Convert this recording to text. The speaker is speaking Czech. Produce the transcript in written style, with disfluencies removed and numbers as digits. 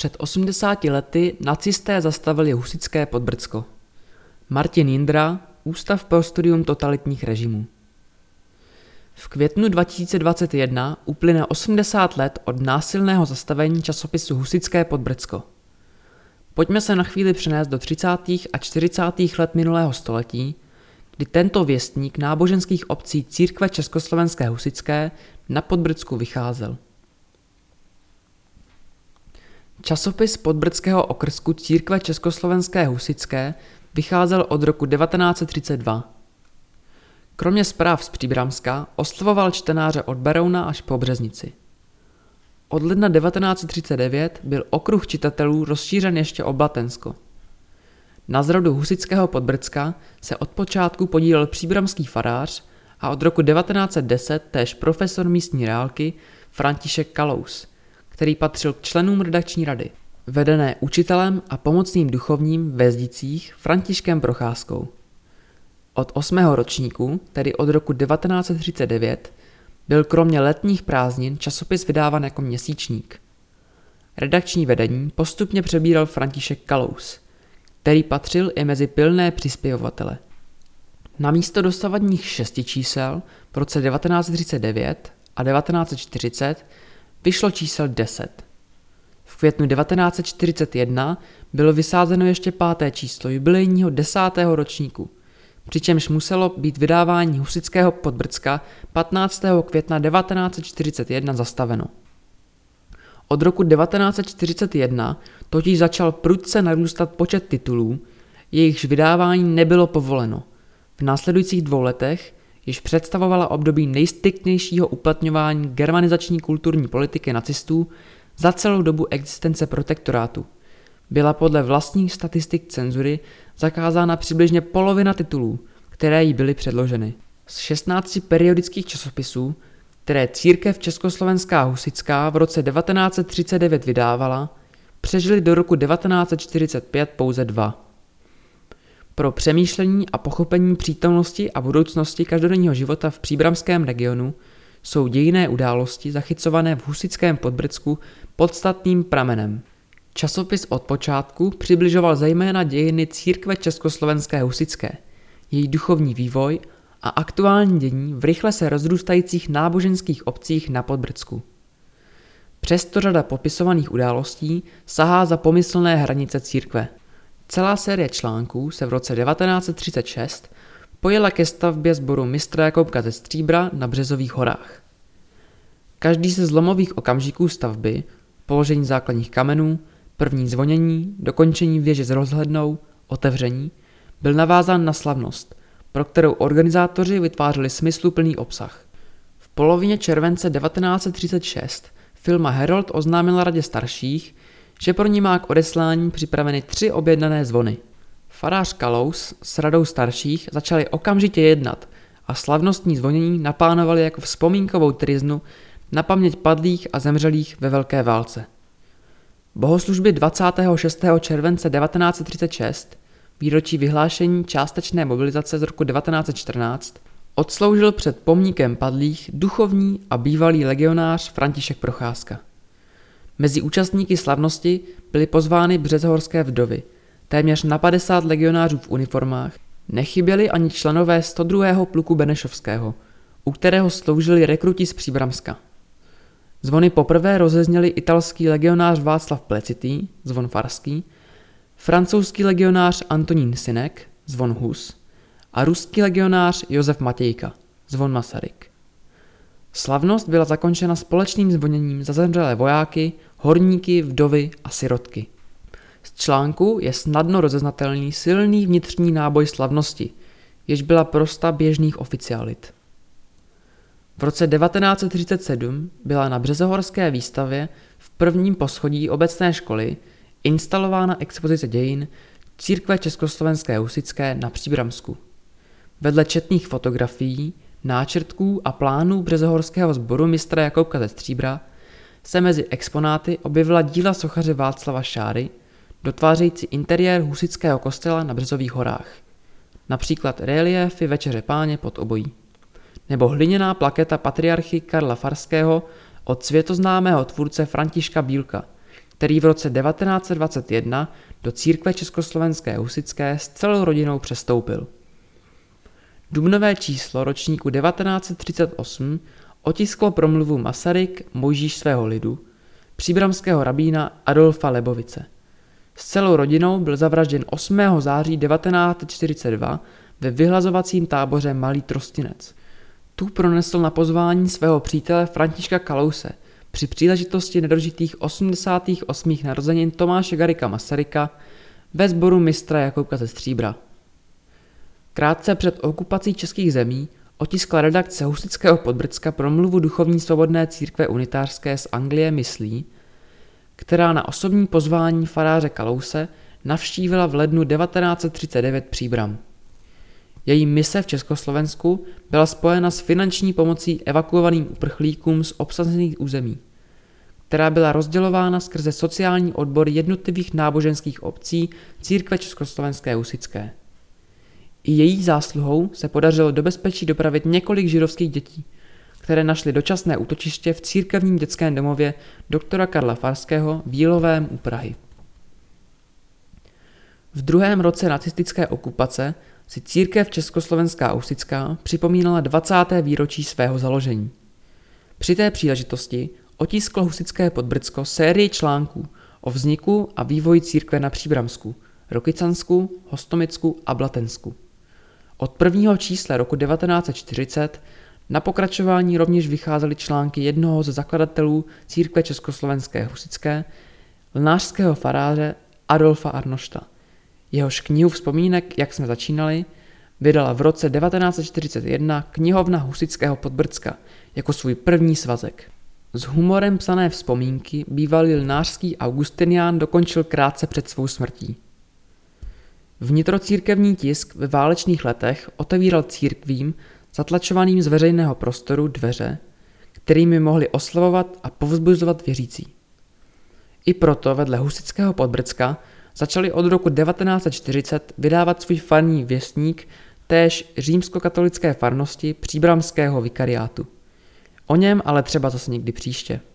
Před 80 lety nacisté zastavili husitské Podbrdsko. Martin Jindra, Ústav pro studium totalitních režimů. V květnu 2021 uplyne 80 let od násilného zastavení časopisu Husitské Podbrdsko. Pojďme se na chvíli přenést do 30. a 40. let minulého století, kdy tento věstník náboženských obcí Církve československé husitské na Podbrdsku vycházel. Časopis podbrdského okrsku Církve československé husitské vycházel od roku 1932. Kromě zpráv z Příbramska oslovoval čtenáře od Berouna až po Březnici. Od ledna 1939 byl okruh čitatelů rozšířen ještě o Blatensko. Na zrodu husitského Podbrdska se od počátku podílel příbramský farář a od roku 1910 též profesor místní reálky František Kalous, který patřil k členům redakční rady, vedené učitelem a pomocným duchovním ve Zdicích Františkem Procházkou. Od 8. ročníku, tedy od roku 1939, byl kromě letních prázdnin časopis vydáván jako měsíčník. Redakční vedení postupně přebíral František Kalous, který patřil i mezi pilné přispěvovatele. Na místo dosavadních 6 čísel v roce 1939 a 1940 vyšlo čísel 10. V květnu 1941 bylo vysázeno ještě 5. číslo jubilejního 10. ročníku, přičemž muselo být vydávání husitského Podbrdska 15. května 1941 zastaveno. Od roku 1941 totiž začal prudce narůstat počet titulů, jejichž vydávání nebylo povoleno. V následujících 2 letech již představovala období nejstriktnějšího uplatňování germanizační kulturní politiky nacistů za celou dobu existence protektorátu. Byla podle vlastních statistik cenzury zakázána přibližně polovina titulů, které jí byly předloženy. Z 16 periodických časopisů, které Církev československá husitská v roce 1939 vydávala, přežili do roku 1945 pouze 2. Pro přemýšlení a pochopení přítomnosti a budoucnosti každodenního života v příbramském regionu jsou dějinné události zachycované v husitském Podbrdsku podstatným pramenem. Časopis od počátku přibližoval zejména dějiny Církve československé husitské, její duchovní vývoj a aktuální dění v rychle se rozrůstajících náboženských obcích na Podbrdsku. Přesto řada popisovaných událostí sahá za pomyslné hranice církve. Celá série článků se v roce 1936 pojela ke stavbě sboru mistra Jakobka ze Stříbra na Březových horách. Každý ze zlomových okamžiků stavby, položení základních kamenů, první zvonění, dokončení věže s rozhlednou, otevření, byl navázán na slavnost, pro kterou organizátoři vytvářeli smysluplný obsah. V polovině července 1936 firma Herold oznámila radě starších, že pro ní má k odeslání připraveny 3 objednané zvony. Farář Kalous s radou starších začali okamžitě jednat a slavnostní zvonění naplánovali jako vzpomínkovou tryznu na paměť padlých a zemřelých ve Velké válce. Bohoslužby 26. července 1936, výročí vyhlášení částečné mobilizace z roku 1914, odsloužil před pomníkem padlých duchovní a bývalý legionář František Procházka. Mezi účastníky slavnosti byly pozvány březohorské vdovy, téměř na 50 legionářů v uniformách, nechyběli ani členové 102. pluku Benešovského, u kterého sloužili rekruti z Příbramska. Zvony poprvé rozezněli italský legionář Václav Plecitý, zvon farský, francouzský legionář Antonín Synek, zvon Hus, a ruský legionář Josef Matějka, zvon Masaryk. Slavnost byla zakončena společným zvoněním za zemřelé vojáky, horníky, vdovy a sirotky. Z článku je snadno rozeznatelný silný vnitřní náboj slavnosti, jež byla prosta běžných oficialit. V roce 1937 byla na Březohorské výstavě v prvním poschodí obecné školy instalována expozice dějin Církve československé husitské na Příbramsku. Vedle četných fotografií, náčrtků a plánů březohorského sboru mistra Jakobka ze Stříbra se mezi exponáty objevila díla sochaře Václava Šáry, dotvářející interiér husitského kostela na Březových horách, například reliéfy Večeře Páně pod obojí, nebo hliněná plaketa patriarchy Karla Farského od světoznámého tvůrce Františka Bílka, který v roce 1921 do církve československé husitské s celou rodinou přestoupil. Dubnové číslo ročníku 1938 otisklo promluvu Masaryk, Mojžíš svého lidu, příbramského rabína Adolfa Lebovice. S celou rodinou byl zavražděn 8. září 1942 ve vyhlazovacím táboře Malý Trostinec. Tu pronesl na pozvání svého přítele Františka Kalouse při příležitosti nedožitých 88. narozenin Tomáše Garrigua Masaryka ve sboru mistra Jakouka ze Stříbra. Krátce před okupací českých zemí otiskla redakce husitského Podbrdska promluvu duchovní svobodné církve unitářské z Anglie Myslí, která na osobní pozvání faráře Kalouse navštívila v lednu 1939 Příbram. Její mise v Československu byla spojena s finanční pomocí evakuovaným uprchlíkům z obsazených území, která byla rozdělována skrze sociální odbory jednotlivých náboženských obcí církve československé husitské. I její zásluhou se podařilo do bezpečí dopravit několik židovských dětí, které našly dočasné útočiště v církevním dětském domově doktora Karla Farského v Jílovém u Prahy. V druhém roce nacistické okupace si církev československá husitská připomínala 20. výročí svého založení. Při té příležitosti otisklo husitské Podbrdsko sérii článků o vzniku a vývoji církve na Příbramsku, Rokycansku, Hostomicku a Blatensku. Od prvního čísla roku 1940 na pokračování rovněž vycházely články jednoho ze zakladatelů církve československé husitské, lnářského faráře Adolfa Arnošta. Jehož knihu vzpomínek, jak jsme začínali, vydala v roce 1941 knihovna husitského Podbrdska jako svůj první svazek. S humorem psané vzpomínky bývalý lnářský augustinián dokončil krátce před svou smrtí. Vnitrocírkevní tisk ve válečných letech otevíral církvím zatlačovaným z veřejného prostoru dveře, kterými mohli oslavovat a povzbuzovat věřící. I proto vedle husitského Podbrdska začali od roku 1940 vydávat svůj farní věstník též římskokatolické farnosti Příbramského vikariátu. O něm ale třeba zase někdy příště.